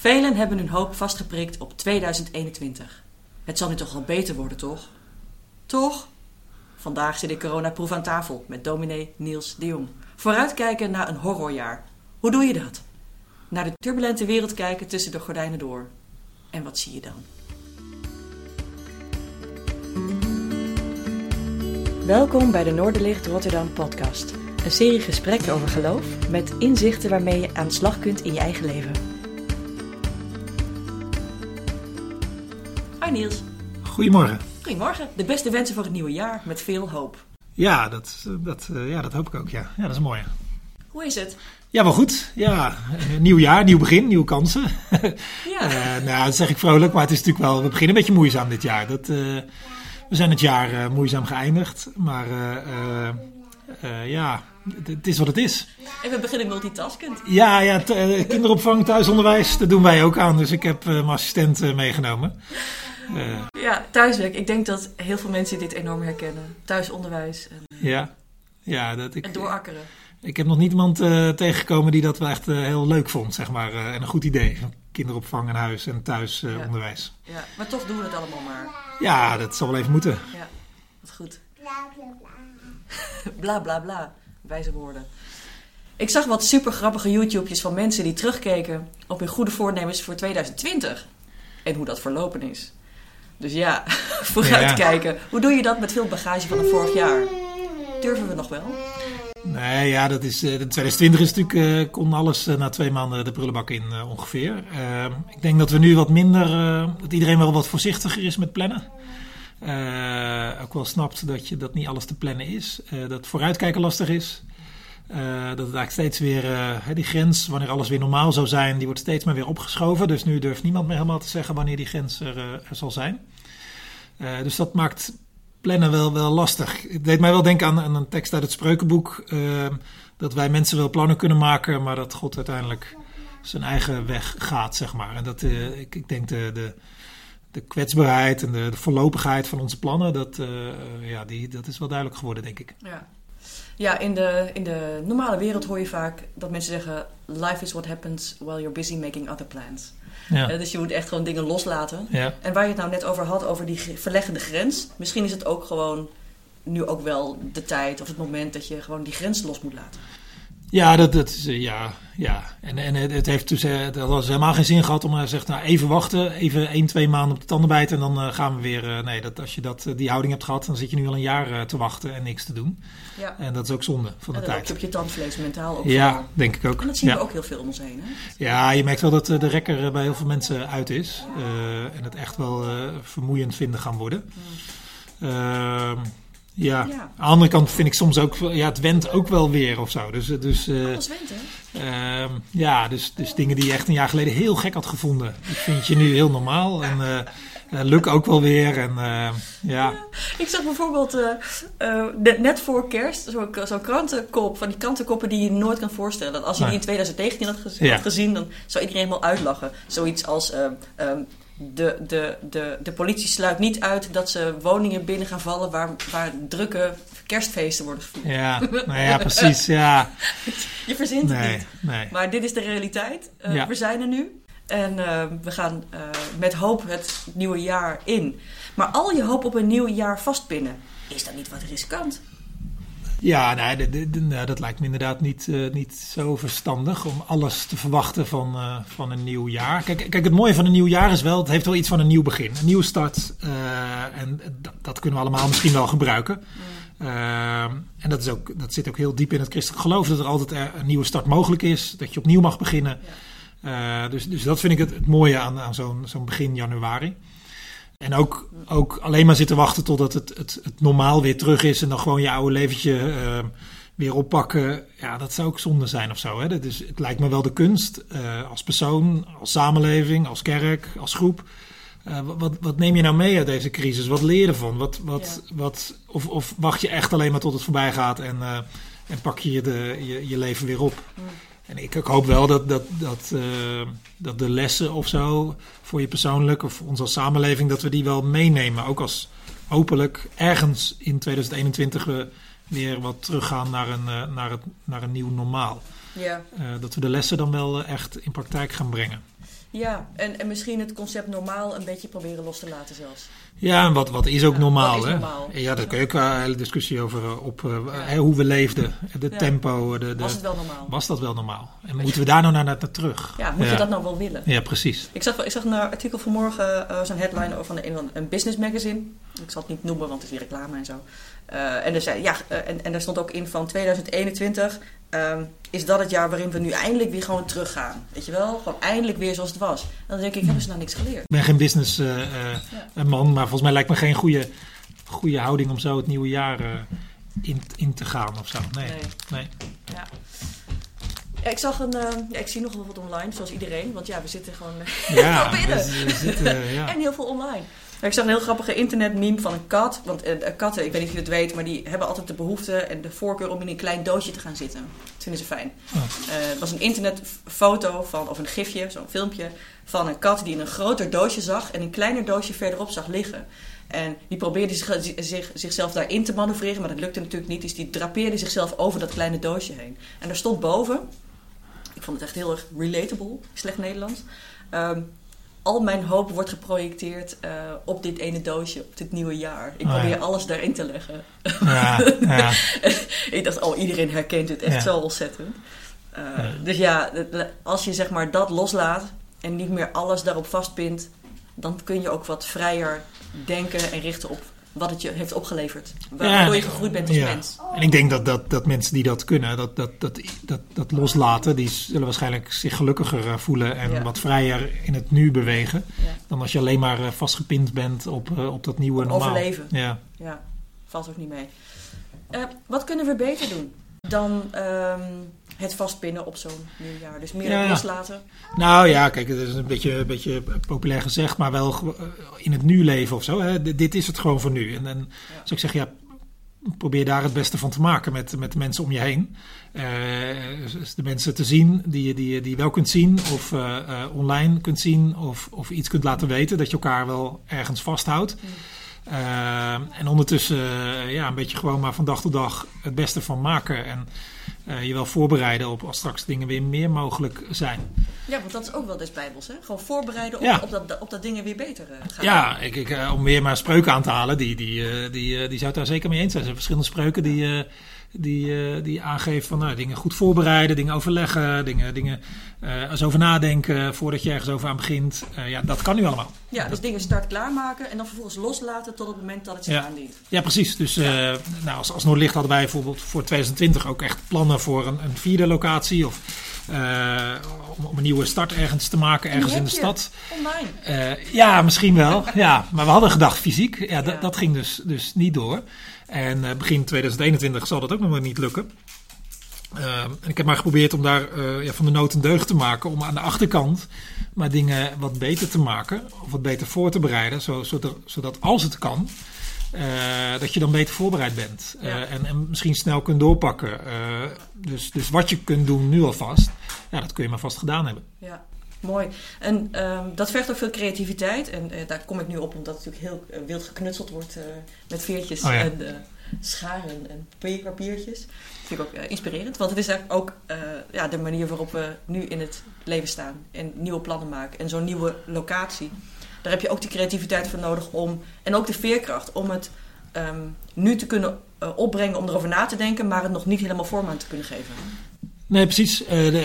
Velen hebben hun hoop vastgeprikt op 2021. Het zal nu toch wel beter worden, toch? Toch? Vandaag zit ik coronaproef aan tafel met dominee Niels de Jong. Vooruitkijken naar een horrorjaar. Hoe doe je dat? Naar de turbulente wereld kijken tussen de gordijnen door. En wat zie je dan? Welkom bij de Noorderlicht Rotterdam podcast. Een serie gesprekken over geloof met inzichten waarmee je aan de slag kunt in je eigen leven. Hoi Niels. Goedemorgen. Goedemorgen. De beste wensen voor het nieuwe jaar met veel hoop. Ja, dat hoop ik ook. Ja, dat is mooi. Hoe is het? Ja, wel goed. Ja, nieuw jaar, nieuw begin, nieuwe kansen. Ja. Dat zeg ik vrolijk, maar het is natuurlijk wel... We beginnen een beetje moeizaam dit jaar. We zijn het jaar moeizaam geëindigd, maar het is wat het is. En we beginnen multitaskend. Ja, kinderopvang, thuisonderwijs, dat doen wij ook aan. Dus ik heb mijn assistent meegenomen. Ja, thuiswerk. Ik denk dat heel veel mensen dit enorm herkennen. Thuisonderwijs. En doorakkeren. Ik heb nog niet iemand tegengekomen die dat wel echt heel leuk vond, zeg maar. En een goed idee. Kinderopvang en huis en thuisonderwijs. Ja, maar toch doen we het allemaal maar. Ja, dat zal wel even moeten. Ja, wat goed. Bla bla bla. Wijze woorden. Ik zag wat super grappige YouTube's van mensen die terugkeken op hun goede voornemens voor 2020. En hoe dat verlopen is. Dus ja, vooruitkijken. Hoe doe je dat met veel bagage van het vorig jaar? Durven we nog wel? Nee, ja, dat is... 2020 is natuurlijk... kon alles na 2 maanden de prullenbak in ongeveer. Ik denk dat we nu wat minder... dat iedereen wel wat voorzichtiger is met plannen. Ook wel snapt dat niet alles te plannen is. Dat vooruitkijken lastig is. Dat het eigenlijk steeds weer... die grens, wanneer alles weer normaal zou zijn... die wordt steeds maar weer opgeschoven. Dus nu durft niemand meer helemaal te zeggen... wanneer die grens er zal zijn. Dus dat maakt... plannen wel lastig. Het deed mij wel denken aan een tekst uit het Spreukenboek. Dat wij mensen wel plannen kunnen maken, maar dat God uiteindelijk zijn eigen weg gaat, zeg maar. En dat ik denk de kwetsbaarheid en de voorlopigheid van onze plannen, dat is wel duidelijk geworden, denk ik. Ja, in de normale wereld hoor je vaak dat mensen zeggen... Life is what happens while you're busy making other plans. Ja. Dus je moet echt gewoon dingen loslaten. Ja. En waar je het nou net over had, over die verleggende grens... misschien is het ook gewoon nu ook wel de tijd of het moment... dat je gewoon die grens los moet laten. Ja, dat is, ja. En het heeft dus was helemaal geen zin gehad om te zeggen... nou, even wachten, even 1-2 maanden op de tanden bijten... en dan gaan we weer... als je die houding hebt gehad... dan zit je nu al een jaar te wachten en niks te doen. Ja. En dat is ook zonde van de tijd. En dan loop je op je tandvlees mentaal ook. Ja, denk ik ook. En dat zien we ook heel veel om ons heen. Hè? Ja, je merkt wel dat de rekker bij heel veel mensen uit is. En het echt wel vermoeiend vinden gaan worden. Ja, aan de andere kant vind ik soms ook... Ja, het went ook wel weer of zo. Dus, alles went, hè? Dus dingen die je echt een jaar geleden heel gek had gevonden... die vind je nu heel normaal. En lukt ook wel weer. Ik zag bijvoorbeeld net voor kerst zo'n krantenkop... van die krantenkoppen die je nooit kan voorstellen. Als je die in 2019 had gezien... dan zou iedereen helemaal uitlachen. Zoiets als... De politie sluit niet uit dat ze woningen binnen gaan vallen waar drukke kerstfeesten worden gevierd. Ja, precies. Ja. Je verzint het niet. Nee. Maar dit is de realiteit. We zijn er nu. En we gaan met hoop het nieuwe jaar in. Maar al je hoop op een nieuw jaar vastpinnen, is dat niet wat riskant? Ja, dat lijkt me inderdaad niet zo verstandig om alles te verwachten van een nieuw jaar. Kijk, het mooie van een nieuw jaar is wel, het heeft wel iets van een nieuw begin. Een nieuwe start en dat kunnen we allemaal misschien wel gebruiken. En dat zit ook heel diep in het christelijk geloof, dat er altijd een nieuwe start mogelijk is. Dat je opnieuw mag beginnen. Ja. Dus dat vind ik het mooie aan zo'n begin januari. En ook alleen maar zitten wachten totdat het normaal weer terug is... en dan gewoon je oude leventje weer oppakken. Ja, dat zou ook zonde zijn of zo. Hè? Dus het lijkt me wel de kunst als persoon, als samenleving, als kerk, als groep. Wat neem je nou mee uit deze crisis? Wat leer je ervan? Of wacht je echt alleen maar tot het voorbij gaat... en pak je je leven weer op? En ik hoop wel dat de lessen of zo voor je persoonlijk of voor ons als samenleving, dat we die wel meenemen. Ook als hopelijk ergens in 2021 we weer wat teruggaan naar een nieuw normaal. Ja. Dat we de lessen dan wel echt in praktijk gaan brengen. Ja, en misschien het concept normaal een beetje proberen los te laten zelfs. Ja, en wat is ook normaal, wat is hè? normaal? Ja, daar kun je ook een hele discussie over hoe we leefden. De tempo. Was het wel normaal? Was dat wel normaal? En moeten we daar nou naar terug? Ja, moet je dat nou wel willen? Ja, precies. Ik zag een artikel vanmorgen, zo'n headline van een business magazine. Ik zal het niet noemen, want het is weer reclame en zo. En daar stond ook in van 2021 is dat het jaar waarin we nu eindelijk weer gewoon teruggaan. Weet je wel? Gewoon eindelijk weer zoals het was. En dan denk ik, hebben ze nou niks geleerd? Ik ben geen businessman, maar volgens mij lijkt me geen goede houding om zo het nieuwe jaar in te gaan of zo. Nee. Ja. Ja, ik zie nog wel wat online, zoals iedereen. Want ja, we zitten gewoon binnen. We zitten, ja. En heel veel online. Ik zag een heel grappige internetmeme van een kat. Want katten, ik weet niet of je het weet, maar die hebben altijd de behoefte en de voorkeur om in een klein doosje te gaan zitten. Dat vinden ze fijn. Oh. Het was een internetfoto of een gifje, zo'n filmpje, van een kat die in een groter doosje zag en een kleiner doosje verderop zag liggen. En die probeerde zichzelf daarin te manoeuvreren, maar dat lukte natuurlijk niet. Dus die drapeerde zichzelf over dat kleine doosje heen. En daar stond boven, ik vond het echt heel erg relatable, slecht Nederlands. Al mijn hoop wordt geprojecteerd op dit ene doosje, op dit nieuwe jaar. Ik probeer alles daarin te leggen. Ja. Ik dacht, iedereen herkent het echt zo ontzettend. Dus ja, als je zeg maar dat loslaat en niet meer alles daarop vastpint, dan kun je ook wat vrijer denken en richten op wat het je heeft opgeleverd. Waardoor je gegroeid bent als mens. En ik denk dat mensen die dat kunnen, dat loslaten, die zullen waarschijnlijk zich gelukkiger voelen en wat vrijer in het nu bewegen. Ja. Dan als je alleen maar vastgepind bent op dat nieuwe normaal. Overleven. Ja, valt ook niet mee. Wat kunnen we beter doen dan het vastpinnen op zo'n nieuwjaar? Dus meer loslaten? Nou ja, kijk, het is een beetje populair gezegd, maar wel in het nu leven of zo. Hè. Dit is het gewoon voor nu. En zou ik zeggen, probeer daar het beste van te maken met de mensen om je heen. De mensen te zien die je wel kunt zien of online kunt zien of iets kunt laten weten, dat je elkaar wel ergens vasthoudt. En ondertussen een beetje gewoon maar van dag tot dag het beste van maken en je wel voorbereiden op als straks dingen weer meer mogelijk zijn. Ja, want dat is ook wel des Bijbels, hè? Gewoon voorbereiden op dat dingen weer beter gaan. Ja, om weer maar spreuken aan te halen, die zou het daar zeker mee eens zijn. Er zijn verschillende spreuken die aangeven van dingen goed voorbereiden, dingen overleggen, dingen eens over nadenken voordat je ergens over aan begint. Dat kan nu allemaal. Ja, dus dingen start klaarmaken en dan vervolgens loslaten tot het moment dat het zich aandient. Ja, precies. Dus als Noordlicht hadden wij bijvoorbeeld voor 2020 ook echt plannen voor een vierde locatie of om een nieuwe start ergens te maken, ergens in de stad. Online? Misschien wel. Ja, maar we hadden gedacht fysiek. Ja, dat ging dus niet door. En begin 2021 zal dat ook nog maar niet lukken. En ik heb maar geprobeerd om daar van de nood een deugd te maken. Om aan de achterkant maar dingen wat beter te maken. Of wat beter voor te bereiden. Zodat als het kan, dat je dan beter voorbereid bent. En misschien snel kunt doorpakken. Dus wat je kunt doen nu alvast, dat kun je maar vast gedaan hebben. Ja. Mooi. En dat vergt ook veel creativiteit. En daar kom ik nu op omdat het natuurlijk heel wild geknutseld wordt met veertjes en scharen en papiertjes. Dat vind ik ook inspirerend. Want het is eigenlijk ook de manier waarop we nu in het leven staan. En nieuwe plannen maken. En zo'n nieuwe locatie. Daar heb je ook de creativiteit voor nodig en ook de veerkracht om het nu te kunnen opbrengen om erover na te denken. Maar het nog niet helemaal vorm aan te kunnen geven. Nee, precies.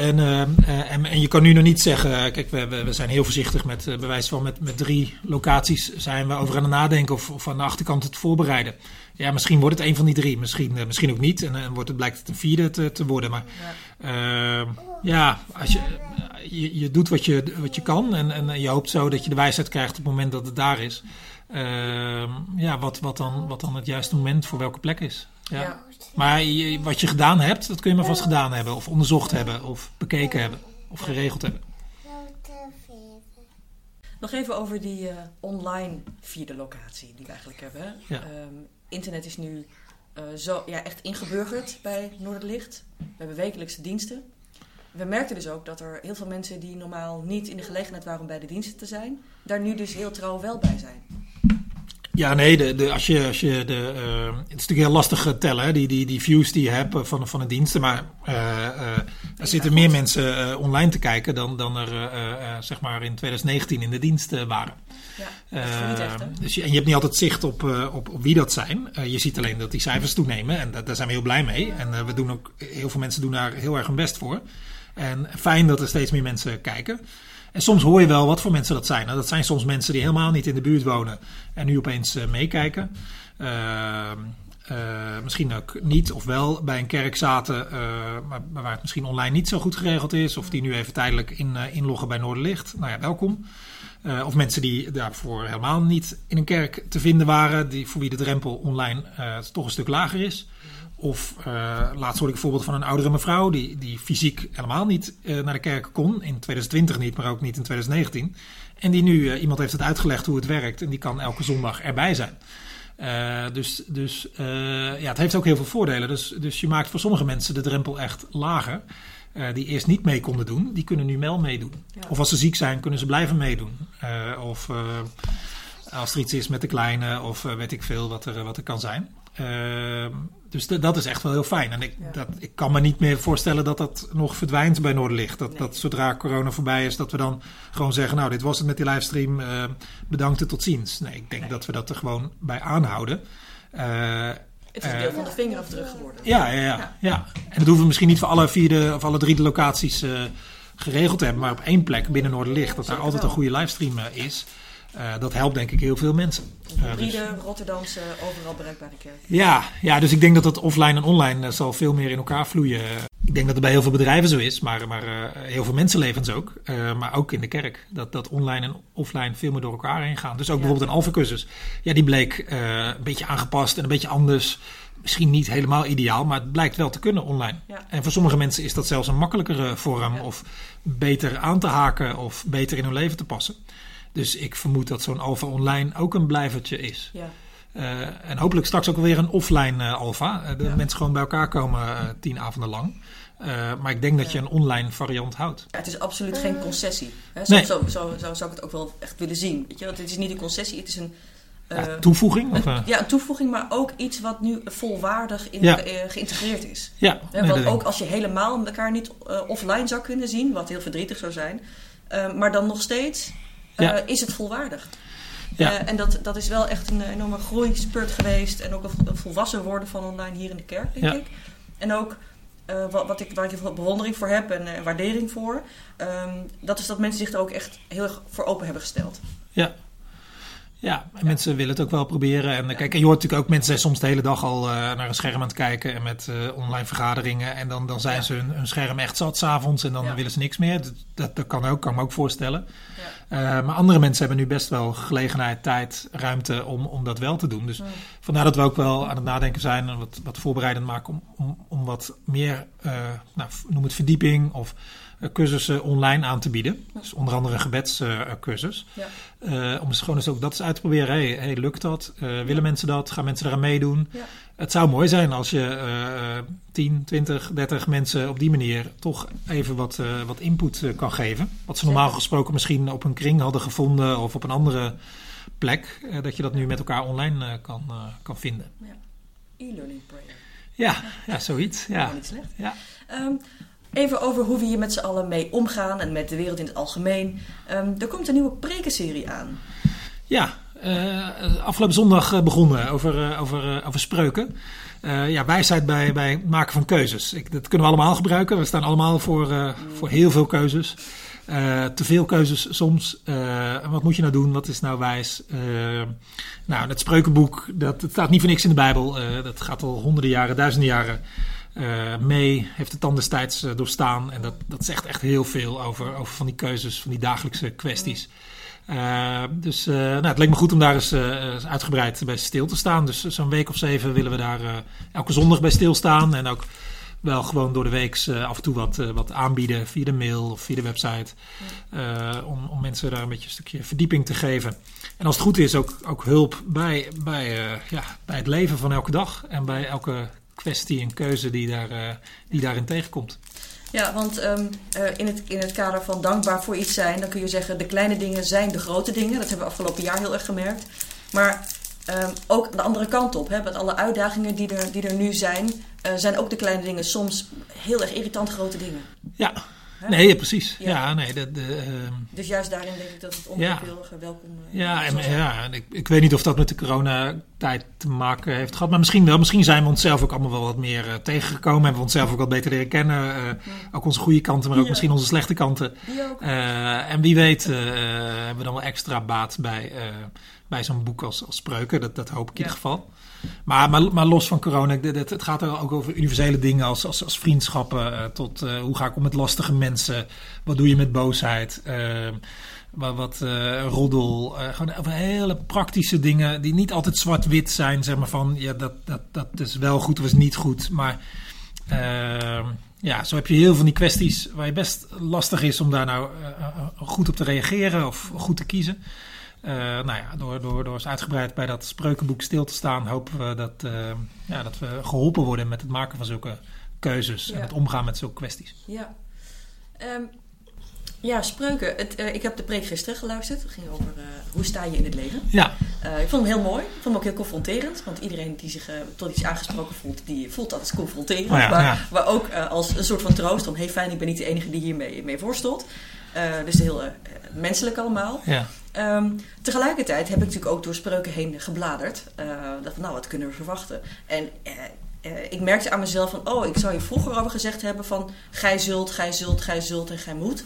En je kan nu nog niet zeggen, kijk, we zijn heel voorzichtig met bewijs van met 3 locaties zijn we over aan het nadenken of aan de achterkant het voorbereiden. Ja, misschien wordt het een van die 3, misschien ook niet. En blijkt het een 4e te worden. Maar als je doet wat je kan en je hoopt zo dat je de wijsheid krijgt op het moment dat het daar is. Wat dan het juiste moment voor welke plek is. Ja. Maar wat je gedaan hebt, dat kun je maar vast gedaan hebben. Of onderzocht hebben, of bekeken hebben, of geregeld hebben. Nog even over die online vierde locatie die we eigenlijk hebben. Hè? Ja. Internet is nu echt ingeburgerd bij Noorderlicht. We hebben wekelijkse diensten. We merkten dus ook dat er heel veel mensen die normaal niet in de gelegenheid waren om bij de diensten te zijn, daar nu dus heel trouw wel bij zijn. Ja, nee, als je het is natuurlijk heel lastig tellen, hè, die views die je hebt van de diensten. Maar er zitten meer mensen online te kijken dan er zeg maar in 2019 in de dienst waren. Ja, dat is niet echt, hè? Dus je hebt niet altijd zicht op wie dat zijn. Je ziet alleen dat die cijfers toenemen en daar zijn we heel blij mee. En we doen ook, heel veel mensen doen daar heel erg hun best voor. En fijn dat er steeds meer mensen kijken. En soms hoor je wel wat voor mensen dat zijn. Nou, dat zijn soms mensen die helemaal niet in de buurt wonen en nu opeens meekijken. Misschien ook niet of wel bij een kerk zaten, maar waar het misschien online niet zo goed geregeld is. Of die nu even tijdelijk inloggen bij Noorderlicht. Nou ja, welkom. Of mensen die daarvoor helemaal niet in een kerk te vinden waren. Voor wie de drempel online toch een stuk lager is. Of laatst hoorde ik een voorbeeld van een oudere mevrouw die fysiek helemaal niet naar de kerk kon. In 2020 niet, maar ook niet in 2019. En die nu, iemand heeft het uitgelegd hoe het werkt. En die kan elke zondag erbij zijn. Het heeft ook heel veel voordelen. Dus je maakt voor sommige mensen de drempel echt lager. Die eerst niet mee konden doen, die kunnen nu wel meedoen. Ja. Of als ze ziek zijn, kunnen ze blijven meedoen. Of als er iets is met de kleine, of weet ik veel wat er kan zijn. Dus dat is echt wel heel fijn. En ik kan me niet meer voorstellen dat dat nog verdwijnt bij Noorderlicht. Dat zodra corona voorbij is, dat we dan gewoon zeggen, nou, dit was het met die livestream. Bedankt en tot ziens. Nee, ik denk dat we dat er gewoon bij aanhouden. Het is een deel van de vingerafdruk geworden. Ja. En dat hoeven we misschien niet voor alle 3 locaties geregeld te hebben. Maar op 1 plek binnen Noorderlicht, dat daar altijd een goede livestream is. Dat helpt denk ik heel veel mensen. Hybride, Rotterdamse, overal bereikbare kerk. Ja, dus ik denk dat het offline en online zal veel meer in elkaar vloeien. Ik denk dat het bij heel veel bedrijven zo is, maar heel veel mensenlevens ook. Maar ook in de kerk. Dat online en offline veel meer door elkaar heen gaan. Dus ook bijvoorbeeld een Alpha-cursus. Ja, die bleek een beetje aangepast en een beetje anders. Misschien niet helemaal ideaal, maar het blijkt wel te kunnen online. Ja. En voor sommige mensen is dat zelfs een makkelijkere vorm. Of beter aan te haken of beter in hun leven te passen. Dus ik vermoed dat zo'n Alpha online ook een blijvertje is. Ja. En hopelijk straks ook weer een offline Alpha. Mensen gewoon bij elkaar komen 10 avonden lang. Maar ik denk dat je een online variant houdt. Ja, het is absoluut geen concessie. Hè? Zo zou ik het ook wel echt willen zien. Weet je? Want het is niet een concessie, het is een... toevoeging? Een toevoeging, maar ook iets wat nu volwaardig geïntegreerd is. Ja, want ook als je helemaal elkaar niet offline zou kunnen zien, wat heel verdrietig zou zijn, maar dan nog steeds is het volwaardig. Ja. En dat is wel echt een enorme groeispurt geweest en ook een volwassen worden van online hier in de kerk, denk ik. En ook waar ik veel bewondering voor heb en waardering voor, dat is dat mensen zich er ook echt heel erg voor open hebben gesteld. Ja, en mensen willen het ook wel proberen. En kijk, je hoort natuurlijk ook, mensen zijn soms de hele dag al naar een scherm aan het kijken en met online vergaderingen. En dan zijn ze hun scherm echt zat 's avonds en dan willen ze niks meer. Dat kan me ook voorstellen. Ja. Maar andere mensen hebben nu best wel gelegenheid, tijd, ruimte om dat wel te doen. Dus vandaar dat we ook wel aan het nadenken zijn en wat voorbereidend maken om wat meer, noem het verdieping of cursussen online aan te bieden. Dus onder andere een gebedscursus. Om eens gewoon ook dat eens uit te proberen. Hey, lukt dat? Willen mensen dat? Gaan mensen eraan meedoen? Ja. Het zou mooi zijn als je 10, 20, 30 mensen op die manier toch even wat input kan geven. Wat ze normaal gesproken misschien op een kring hadden gevonden of op een andere plek. Dat je dat nu met elkaar online kan vinden. Ja. E-learning prayer. Ja, zoiets. Ja. Niet slecht. Ja. Even over hoe we hier met z'n allen mee omgaan en met de wereld in het algemeen. Er komt een nieuwe prekenserie aan. Ja, afgelopen zondag begonnen over spreuken. Wijsheid bij het maken van keuzes. Dat kunnen we allemaal gebruiken. We staan allemaal voor heel veel keuzes. Te veel keuzes soms. Wat moet je nou doen? Wat is nou wijs? Het spreukenboek, dat staat niet voor niks in de Bijbel. Dat gaat al honderden jaren, duizenden jaren mee. Heeft de tand destijds doorstaan. En dat zegt echt heel veel over van die keuzes, van die dagelijkse kwesties. Het leek me goed om daar eens uitgebreid bij stil te staan. Dus zo'n week of 7 willen we daar elke zondag bij stilstaan. En ook wel gewoon door de week af en toe wat aanbieden via de mail of via de website. Om mensen daar een beetje een stukje verdieping te geven. En als het goed is ook hulp bij het leven van elke dag. En bij elke kwestie en keuze die daarin tegenkomt. Ja, want in het kader van dankbaar voor iets zijn, dan kun je zeggen de kleine dingen zijn de grote dingen. Dat hebben we afgelopen jaar heel erg gemerkt. Maar ook de andere kant op. Hè, met alle uitdagingen die er nu zijn ook de kleine dingen soms heel erg irritant grote dingen. Ja, Hè? nee, precies. Ja. Ja, nee, Dus juist daarin denk ik dat het onderwerp heel erg welkom en ik weet niet of dat met de coronatijd te maken heeft gehad. Maar misschien wel. Misschien zijn we onszelf ook allemaal wel wat meer tegengekomen. Hebben we onszelf ook wat beter leren kennen. Ook onze goede kanten, maar ook misschien onze slechte kanten. En wie weet hebben we dan wel extra baat bij zo'n boek als Spreuken. Dat hoop ik in ieder geval. Maar los van corona, het gaat er ook over universele dingen als vriendschappen. Tot hoe ga ik om met lastige mensen? Wat doe je met boosheid? Roddel. Gewoon over hele praktische dingen die niet altijd zwart-wit zijn. Zeg maar van, ja, dat is wel goed of is niet goed. Maar zo heb je heel veel van die kwesties waar je best lastig is om daar nou goed op te reageren of goed te kiezen. Door eens uitgebreid bij dat spreukenboek stil te staan, hopen we dat we geholpen worden met het maken van zulke keuzes en het omgaan met zulke kwesties. Ja. Spreuken. Ik heb de preek gisteren geluisterd. Het ging over hoe sta je in het leven. Ja. Ik vond hem heel mooi. Ik vond hem ook heel confronterend. Want iedereen die zich tot iets aangesproken voelt, die voelt dat als confronterend. Maar ook als een soort van troost. Van, hey, fijn, ik ben niet de enige die hiermee voorstond. Dus heel menselijk allemaal. Ja. Tegelijkertijd heb ik natuurlijk ook door Spreuken heen gebladerd. Dacht van, wat kunnen we verwachten? En ik merkte aan mezelf van, ik zou je vroeger over gezegd hebben van, gij zult en gij moet.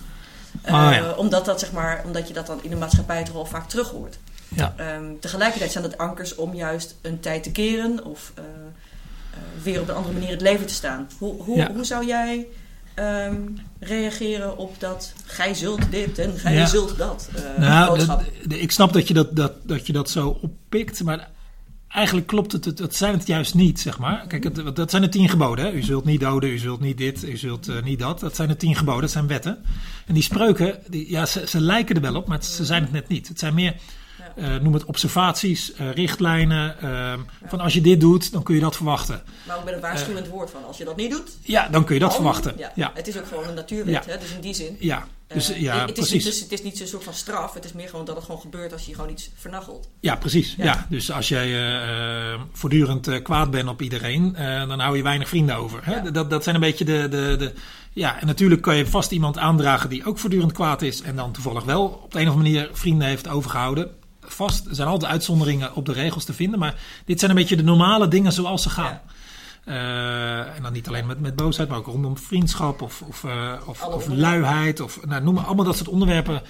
Omdat je dat dan in de maatschappij toch al vaak terug hoort. Ja. Tegelijkertijd zijn dat ankers om juist een tijd te keren of weer op een andere manier het leven te staan. Hoe zou jij reageren op dat gij zult dit en gij zult dat boodschap? Ik snap dat je dat zo oppikt, maar eigenlijk klopt het. Dat zijn het juist niet, zeg maar. Kijk, dat zijn de 10 geboden. Hè? U zult niet doden, u zult niet dit, u zult niet dat. Dat zijn de 10 geboden, dat zijn wetten. En die spreuken, ze lijken er wel op, maar ze zijn het net niet. Het zijn meer, noem het observaties, richtlijnen. Van als je dit doet, dan kun je dat verwachten. Maar ook met een waarschuwend woord van als je dat niet doet. Ja, dan kun je dat verwachten. Ja. Het is ook gewoon een natuurwet, hè? Dus in die zin. Ja. Het is niet zo'n soort van straf. Het is meer gewoon dat het gewoon gebeurt als je gewoon iets vernachelt. Ja, precies. Ja. Dus als jij voortdurend kwaad bent op iedereen, dan hou je weinig vrienden over. Hè? Ja. Dat zijn een beetje de en natuurlijk kan je vast iemand aandragen die ook voortdurend kwaad is en dan toevallig wel op de een of andere manier vrienden heeft overgehouden. Vast, er zijn altijd uitzonderingen op de regels te vinden, maar dit zijn een beetje de normale dingen zoals ze gaan. Ja. En dan niet alleen met boosheid, maar ook rondom vriendschap of luiheid. Of noem maar allemaal dat soort onderwerpen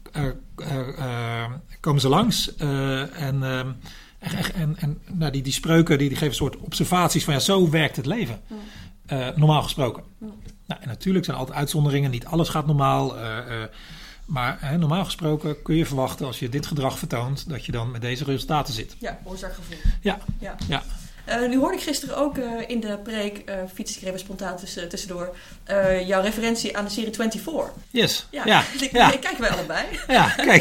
komen ze langs. Die spreuken die geven een soort observaties van zo werkt het leven. Normaal gesproken. En natuurlijk zijn er altijd uitzonderingen. Niet alles gaat normaal. Maar normaal gesproken kun je verwachten als je dit gedrag vertoont dat je dan met deze resultaten zit. Ja, oorzaakgevoel. Ja. Nu hoorde ik gisteren ook in de preek, fiets ik er even spontaan tussendoor, jouw referentie aan de serie 24. Yes. Ik kijk wij allebei. Ja, kijk,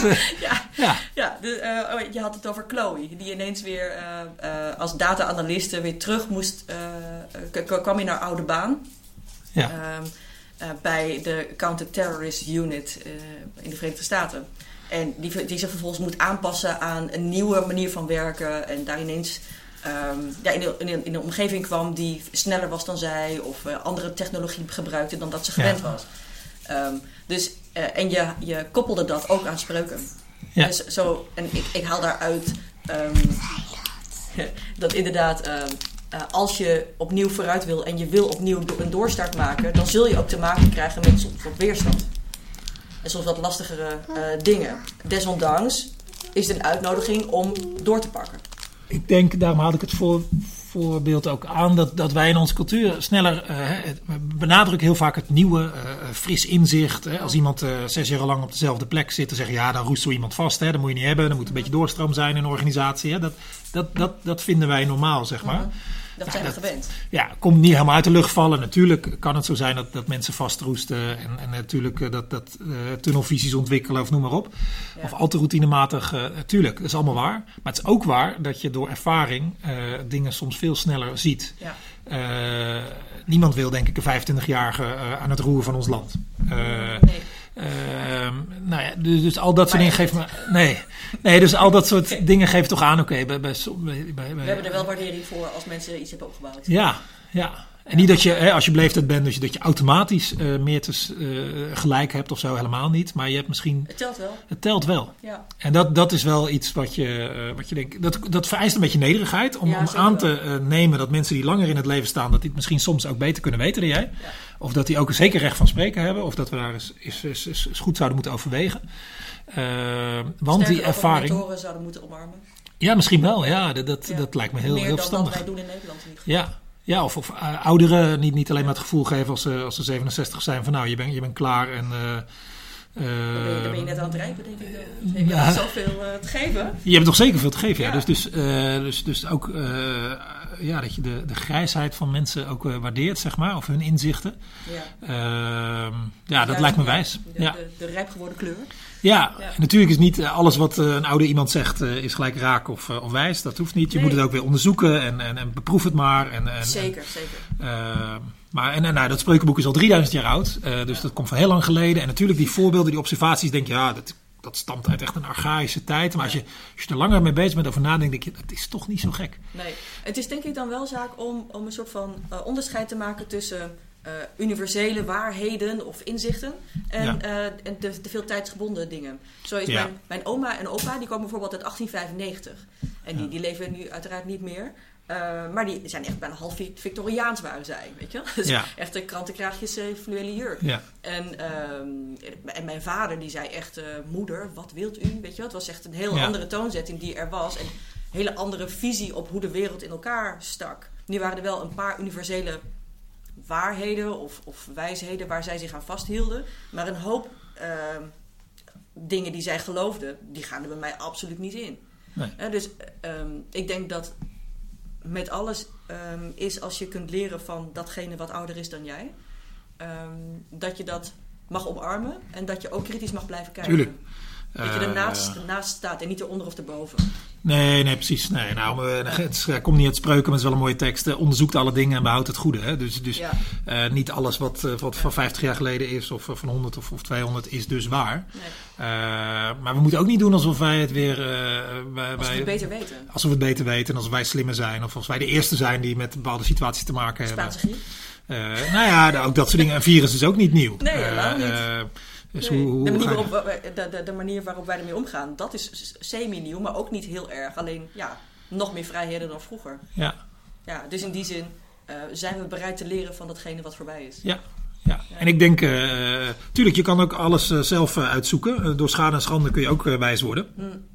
je had het over Chloe, die ineens weer als data-analyste weer terug moest, kwam in haar oude baan. Ja. Bij de Counter-Terrorist Unit in de Verenigde Staten. En die zich vervolgens moet aanpassen aan een nieuwe manier van werken en daar ineens in een omgeving kwam die sneller was dan zij of andere technologie gebruikte dan dat ze gewend was. En je koppelde dat ook aan spreuken. Ja. Dus en ik haal daaruit dat inderdaad als je opnieuw vooruit wil en je wil opnieuw een doorstart maken, dan zul je ook te maken krijgen met soms wat weerstand. En soms wat lastigere dingen. Desondanks is het een uitnodiging om door te pakken. Ik denk, daarom had ik het voorbeeld ook aan, dat wij in onze cultuur sneller benadrukken heel vaak het nieuwe, fris inzicht. Als iemand 6 jaar lang op dezelfde plek zit, te zeggen, dan roest zo iemand vast. Dat moet je niet hebben, er moet een beetje doorstroom zijn in een organisatie. Dat vinden wij normaal, zeg maar. Dat zijn we gewend. Ja, komt niet helemaal uit de lucht vallen. Natuurlijk kan het zo zijn dat mensen vastroesten en natuurlijk dat tunnelvisies ontwikkelen of noem maar op. Ja. Of al te routинematig. Tuurlijk, dat is allemaal waar. Maar het is ook waar dat je door ervaring dingen soms veel sneller ziet. Ja. Niemand wil denk ik een 25-jarige aan het roer van ons land. Nee. Nou ja, dus al dat soort dingen geeft me... Nee, dus al dat soort dingen geeft toch aan, oké. We hebben er wel waardering voor als mensen iets hebben opgebouwd. Ja. En niet dat je, als je beleefdheid bent, dus dat je automatisch meer gelijk hebt of zo, helemaal niet. Maar je hebt misschien... Het telt wel. Het telt wel. Ja. En dat is wel iets wat je denkt... Dat vereist een beetje nederigheid om aan te nemen dat mensen die langer in het leven staan, dat die het misschien soms ook beter kunnen weten dan jij. Ja. Of dat die ook een zeker recht van spreken hebben. Of dat we daar eens goed zouden moeten overwegen. Want die ervaring... mentoren zouden moeten omarmen. Ja, misschien wel. Ja, dat lijkt me heel verstandig. Meer dan wij doen in Nederland in ieder geval. Ja, of ouderen niet alleen maar het gevoel geven als ze 67 zijn van nou, je bent klaar en... Dan ben je net aan het rijpen, denk ik. Je hebt zoveel te geven. Je hebt toch zeker veel te geven, ja. Dus ook dat je de grijsheid van mensen ook waardeert, zeg maar, of hun inzichten. Dat lijkt me wijs. De rijp geworden kleur. Ja, natuurlijk is niet alles wat een oude iemand zegt is gelijk raak of wijs. Dat hoeft niet. Je moet het ook weer onderzoeken en beproef het maar. Zeker. Maar dat spreukenboek is al 3000 jaar oud. Dus dat komt van heel lang geleden. En natuurlijk die voorbeelden, die observaties, denk je, dat stamt uit echt een archaïsche tijd. Maar als je er langer mee bezig bent over nadenkt, denk je, dat is toch niet zo gek. Nee, het is denk ik dan wel zaak om een soort van onderscheid te maken tussen... universele waarheden of inzichten en de veel tijdsgebonden dingen. Zo is mijn oma en opa, die komen bijvoorbeeld uit 1895. En die leven nu uiteraard niet meer. Maar die zijn echt bijna half Victoriaans waren zij, weet je? Dus echte krantenkraagjes, fluwelen jurk. Ja. En mijn vader die zei echt, moeder, wat wilt u? Weet je, het was echt een heel andere toonzetting die er was. En een hele andere visie op hoe de wereld in elkaar stak. Nu waren er wel een paar universele waarheden of wijsheden waar zij zich aan vasthielden. Maar een hoop dingen die zij geloofden, die gaan er bij mij absoluut niet in. Nee. Dus ik denk dat met alles is als je kunt leren van datgene wat ouder is dan jij. Dat je dat mag omarmen en dat je ook kritisch mag blijven kijken. Tuurlijk. Dat je ernaast staat en niet eronder of erboven. Nee, precies. Nee, het komt niet uit spreuken, maar het is wel een mooie tekst. Onderzoekt alle dingen en behoudt het goede. Hè? Dus niet alles wat van 50 jaar geleden is of van 100 of 200 is dus waar. Nee. Maar we moeten ook niet doen alsof wij het weer... Alsof we het beter weten. Alsof we het beter weten en alsof wij slimmer zijn. Of als wij de eerste zijn die met bepaalde situaties te maken hebben. Spaanse griep. Ook dat soort dingen. Een virus is ook niet nieuw. Nee, helemaal niet. Dus de manier waarop wij ermee omgaan, dat is semi-nieuw, maar ook niet heel erg. Alleen, nog meer vrijheden dan vroeger. Ja, dus in die zin zijn we bereid te leren van datgene wat voorbij is. Ja. En ik denk, tuurlijk, je kan ook alles zelf uitzoeken. Door schade en schande kun je ook wijs worden.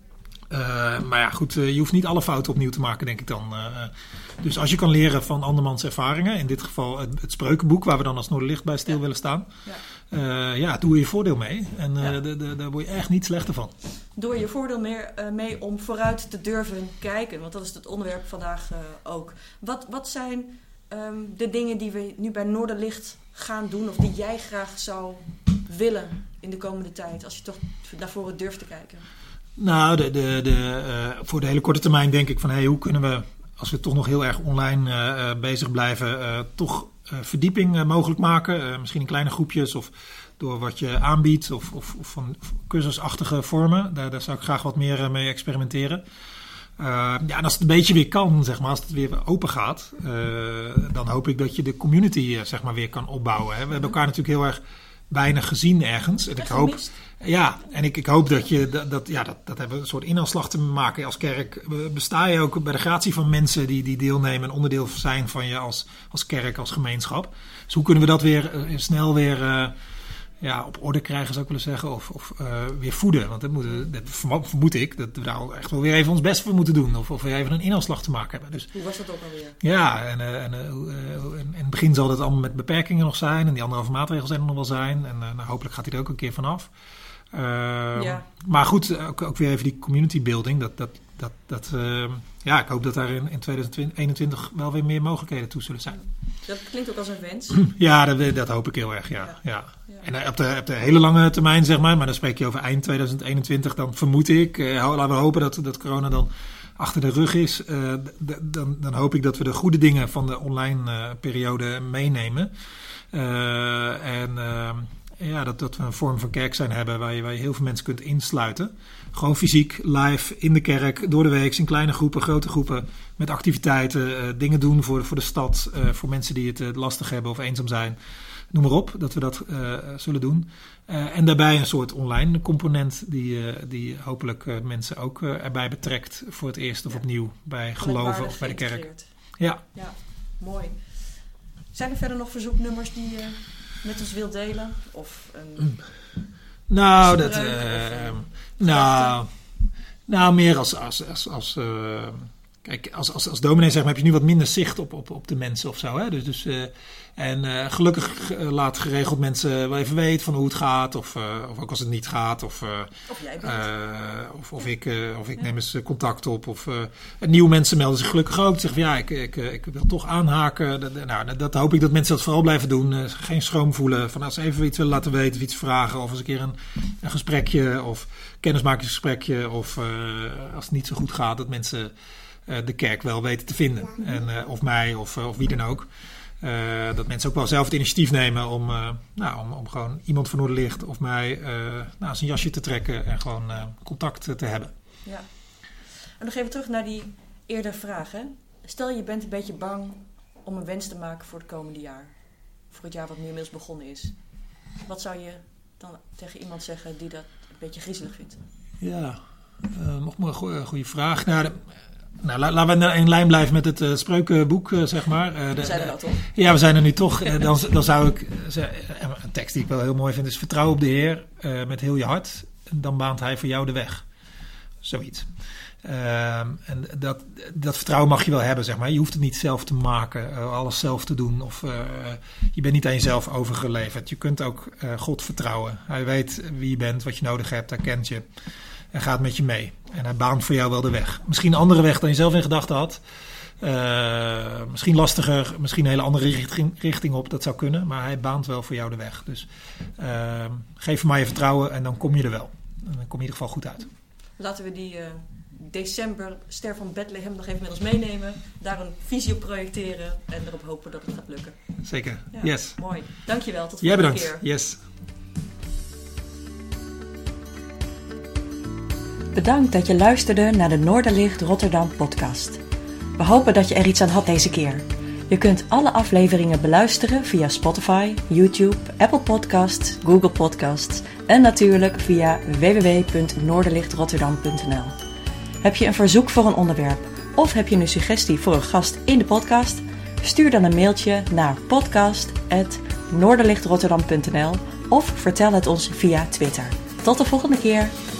Maar goed, je hoeft niet alle fouten opnieuw te maken, denk ik dan. Dus als je kan leren van andermans ervaringen, in dit geval het spreukenboek, waar we dan als Noorderlicht bij stil willen staan. Doe er je voordeel mee. En daar word je echt niet slechter van. Doe er je voordeel mee om vooruit te durven kijken. Want dat is het onderwerp vandaag ook. Wat zijn de dingen die we nu bij Noorderlicht gaan doen, of die jij graag zou willen in de komende tijd, als je toch naar voren durft te kijken? Nou, voor de hele korte termijn denk ik van, hoe kunnen we, als we toch nog heel erg online bezig blijven, toch verdieping mogelijk maken. Misschien in kleine groepjes of door wat je aanbiedt of van cursusachtige vormen. Daar zou ik graag wat meer mee experimenteren. En als het een beetje weer kan, zeg maar, als het weer open gaat, dan hoop ik dat je de community zeg maar weer kan opbouwen. Hè. We hebben elkaar natuurlijk heel erg weinig gezien ergens. En ik hoop, ik hoop dat je dat hebben we een soort inhaalslag te maken als kerk. Besta je ook bij de gratie van mensen die deelnemen en onderdeel zijn van je als kerk, als gemeenschap. Dus hoe kunnen we dat weer snel weer op orde krijgen, zou ik willen zeggen, of weer voeden. Want dat vermoed ik, dat we daar echt wel weer even ons best voor moeten doen. Of weer even een inhaalslag te maken hebben. Dus, hoe was dat ook alweer? Ja, en in het begin zal dat allemaal met beperkingen nog zijn. En die 1,5 maatregelen zijn er nog wel zijn. En hopelijk gaat hij er ook een keer vanaf. Maar goed, ook weer even die community building. Ik hoop dat daar in 2021 wel weer meer mogelijkheden toe zullen zijn. Dat klinkt ook als een wens. Ja, dat hoop ik heel erg, ja. En op de hele lange termijn, zeg maar dan spreek je over eind 2021, dan vermoed ik, laten we hopen dat corona dan achter de rug is. Dan hoop ik dat we de goede dingen van de online periode meenemen. dat we een vorm van kerk zijn hebben waar je heel veel mensen kunt insluiten. Gewoon fysiek, live, in de kerk, door de week, in kleine groepen, grote groepen, met activiteiten, dingen doen voor de stad, voor mensen die het lastig hebben of eenzaam zijn. Noem maar op, dat we dat zullen doen. En daarbij een soort online component die hopelijk mensen ook erbij betrekt voor het eerst of opnieuw bij geloven of bij de kerk. Ja, mooi. Zijn er verder nog verzoeknummers die je met ons wilt delen? Of een meer als dominee zeg maar, heb je nu wat minder zicht op de mensen of zo. Hè? Gelukkig laat geregeld mensen wel even weten van hoe het gaat. Of ook als het niet gaat. Of jij bent. Of ik neem eens contact op. Nieuwe mensen melden zich gelukkig ook. Zeggen van ik wil toch aanhaken. Dat hoop ik dat mensen dat vooral blijven doen. Geen schroom voelen. Van als ze even iets willen laten weten of iets vragen. Of eens een keer een gesprekje. Of kennismakingsgesprekje. Of als het niet zo goed gaat dat mensen de kerk wel weten te vinden. Of mij of wie dan ook. Dat mensen ook wel zelf het initiatief nemen om gewoon iemand van Noorderlicht of mij zijn jasje te trekken en gewoon contact te hebben. Ja. En nog even terug naar die eerdere vraag. Hè? Stel je bent een beetje bang om een wens te maken voor het komende jaar. Voor het jaar wat nu inmiddels begonnen is. Wat zou je dan tegen iemand zeggen die dat een beetje griezelig vindt? Ja, nog maar een goede vraag. Laten we in lijn blijven met het spreukenboek, zeg maar. We zijn er al toch? Ja, we zijn er nu toch. Dan zou ik een tekst die ik wel heel mooi vind is: vertrouw op de Heer met heel je hart. En dan baant hij voor jou de weg. Zoiets. En dat vertrouwen mag je wel hebben, zeg maar. Je hoeft het niet zelf te maken, alles zelf te doen. Of je bent niet aan jezelf overgeleverd. Je kunt ook God vertrouwen. Hij weet wie je bent, wat je nodig hebt. Hij kent je. En gaat met je mee. En hij baant voor jou wel de weg. Misschien een andere weg dan je zelf in gedachten had. Misschien lastiger. Misschien een hele andere richting op. Dat zou kunnen. Maar hij baant wel voor jou de weg. Dus geef hem maar je vertrouwen. En dan kom je er wel. En dan kom je in ieder geval goed uit. Laten we die december ster van Bethlehem nog even met ons meenemen. Daar een visie op projecteren. En erop hopen dat het gaat lukken. Zeker. Ja, yes. Mooi. Dankjewel. Tot de volgende keer. Jij bedankt. Yes. Bedankt dat je luisterde naar de Noorderlicht Rotterdam podcast. We hopen dat je er iets aan had deze keer. Je kunt alle afleveringen beluisteren via Spotify, YouTube, Apple Podcasts, Google Podcasts en natuurlijk via www.noorderlichtrotterdam.nl. Heb je een verzoek voor een onderwerp of heb je een suggestie voor een gast in de podcast? Stuur dan een mailtje naar podcast@noorderlichtrotterdam.nl of vertel het ons via Twitter. Tot de volgende keer!